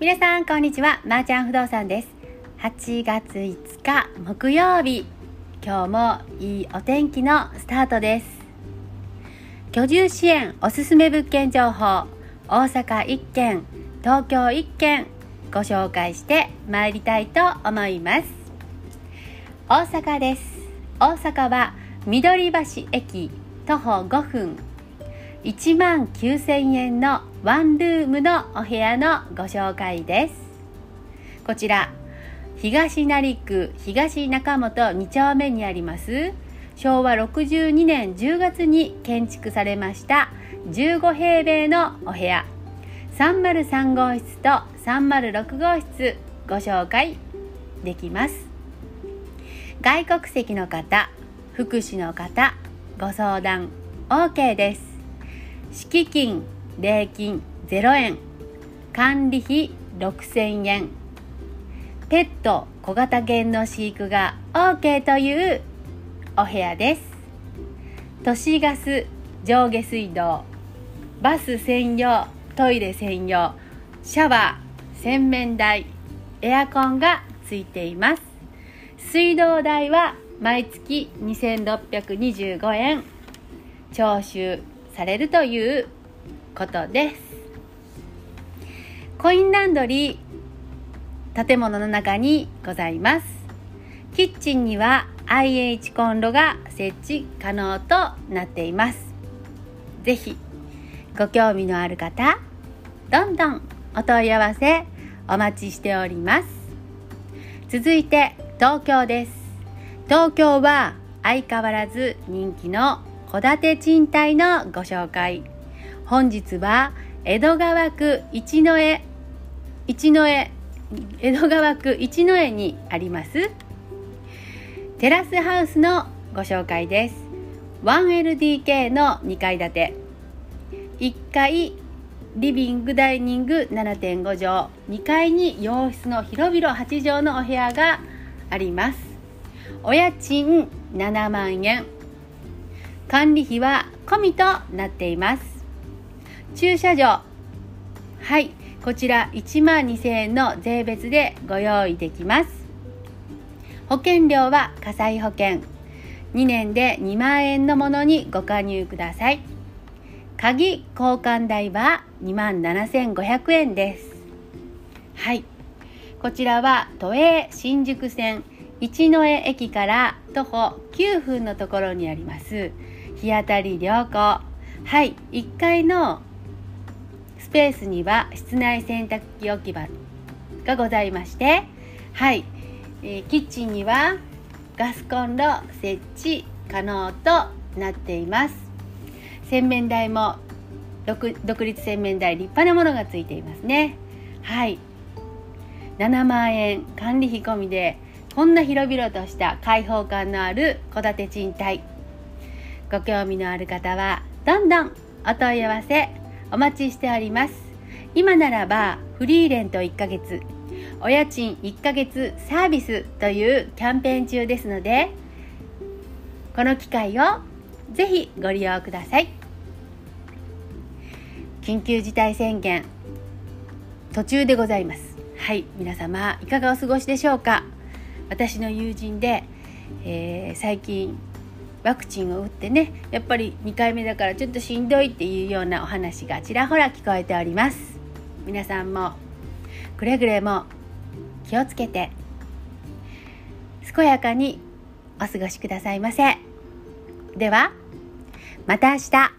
皆さんこんにちは、まーちゃん不動産です。8月5日木曜日、今日もいいお天気のスタートです。居住支援おすすめ物件情報、大阪1軒、東京1軒ご紹介してまいりたいと思います。大阪です。大阪は緑橋駅徒歩5分、19,000円のワンルームのお部屋のご紹介です。こちら東成区東中本2丁目にあります昭和62年10月に建築されました15平米のお部屋、303号室と306号室ご紹介できます。外国籍の方、福祉の方、ご相談 OK です。敷金、礼金0円、管理費6,000円、ペット小型犬の飼育が OK というお部屋です。都市ガス、上下水道、バス専用、トイレ専用、シャワー、洗面台、エアコンがついています。水道代は毎月2,625円徴収されるということです。コインランドリー、建物の中にございます。キッチンには IH コンロが設置可能となっています。ぜひご興味のある方、どんどんお問い合わせお待ちしております。続いて東京です。東京は相変わらず人気の戸建て賃貸のご紹介。本日は江戸川区一之江にありますテラスハウスのご紹介です。 1LDK の2階建て、1階リビングダイニング 7.5 畳、2階に洋室の広々8畳のお部屋があります。お家賃7万円、管理費は込みとなっています。駐車場、はい、こちら12,000円の税別でご用意できます。保険料は火災保険、2年で2万円のものにご加入ください。鍵交換代は27,500円です。はい、こちらは都営新宿線一之江駅から徒歩9分のところにあります日当たり良好。はい、1階のスペースには室内洗濯機置き場がございまして、はい、キッチンにはガスコンロ設置可能となっています。洗面台も独立洗面台、立派なものがついていますね。はい、7万円管理費込みでこんな広々とした開放感のある戸建て賃貸、ご興味のある方はどんどんお問い合わせお待ちしております。今ならばフリーレント1ヶ月、お家賃1ヶ月サービスというキャンペーン中ですので、この機会をぜひご利用ください。緊急事態宣言途中でございます。はい、皆様いかがお過ごしでしょうか。私の友人で、最近ワクチンを打ってね、やっぱり2回目だからちょっとしんどいっていうようなお話がちらほら聞こえております。皆さんもくれぐれも気をつけて健やかにお過ごしくださいませ。ではまた明日。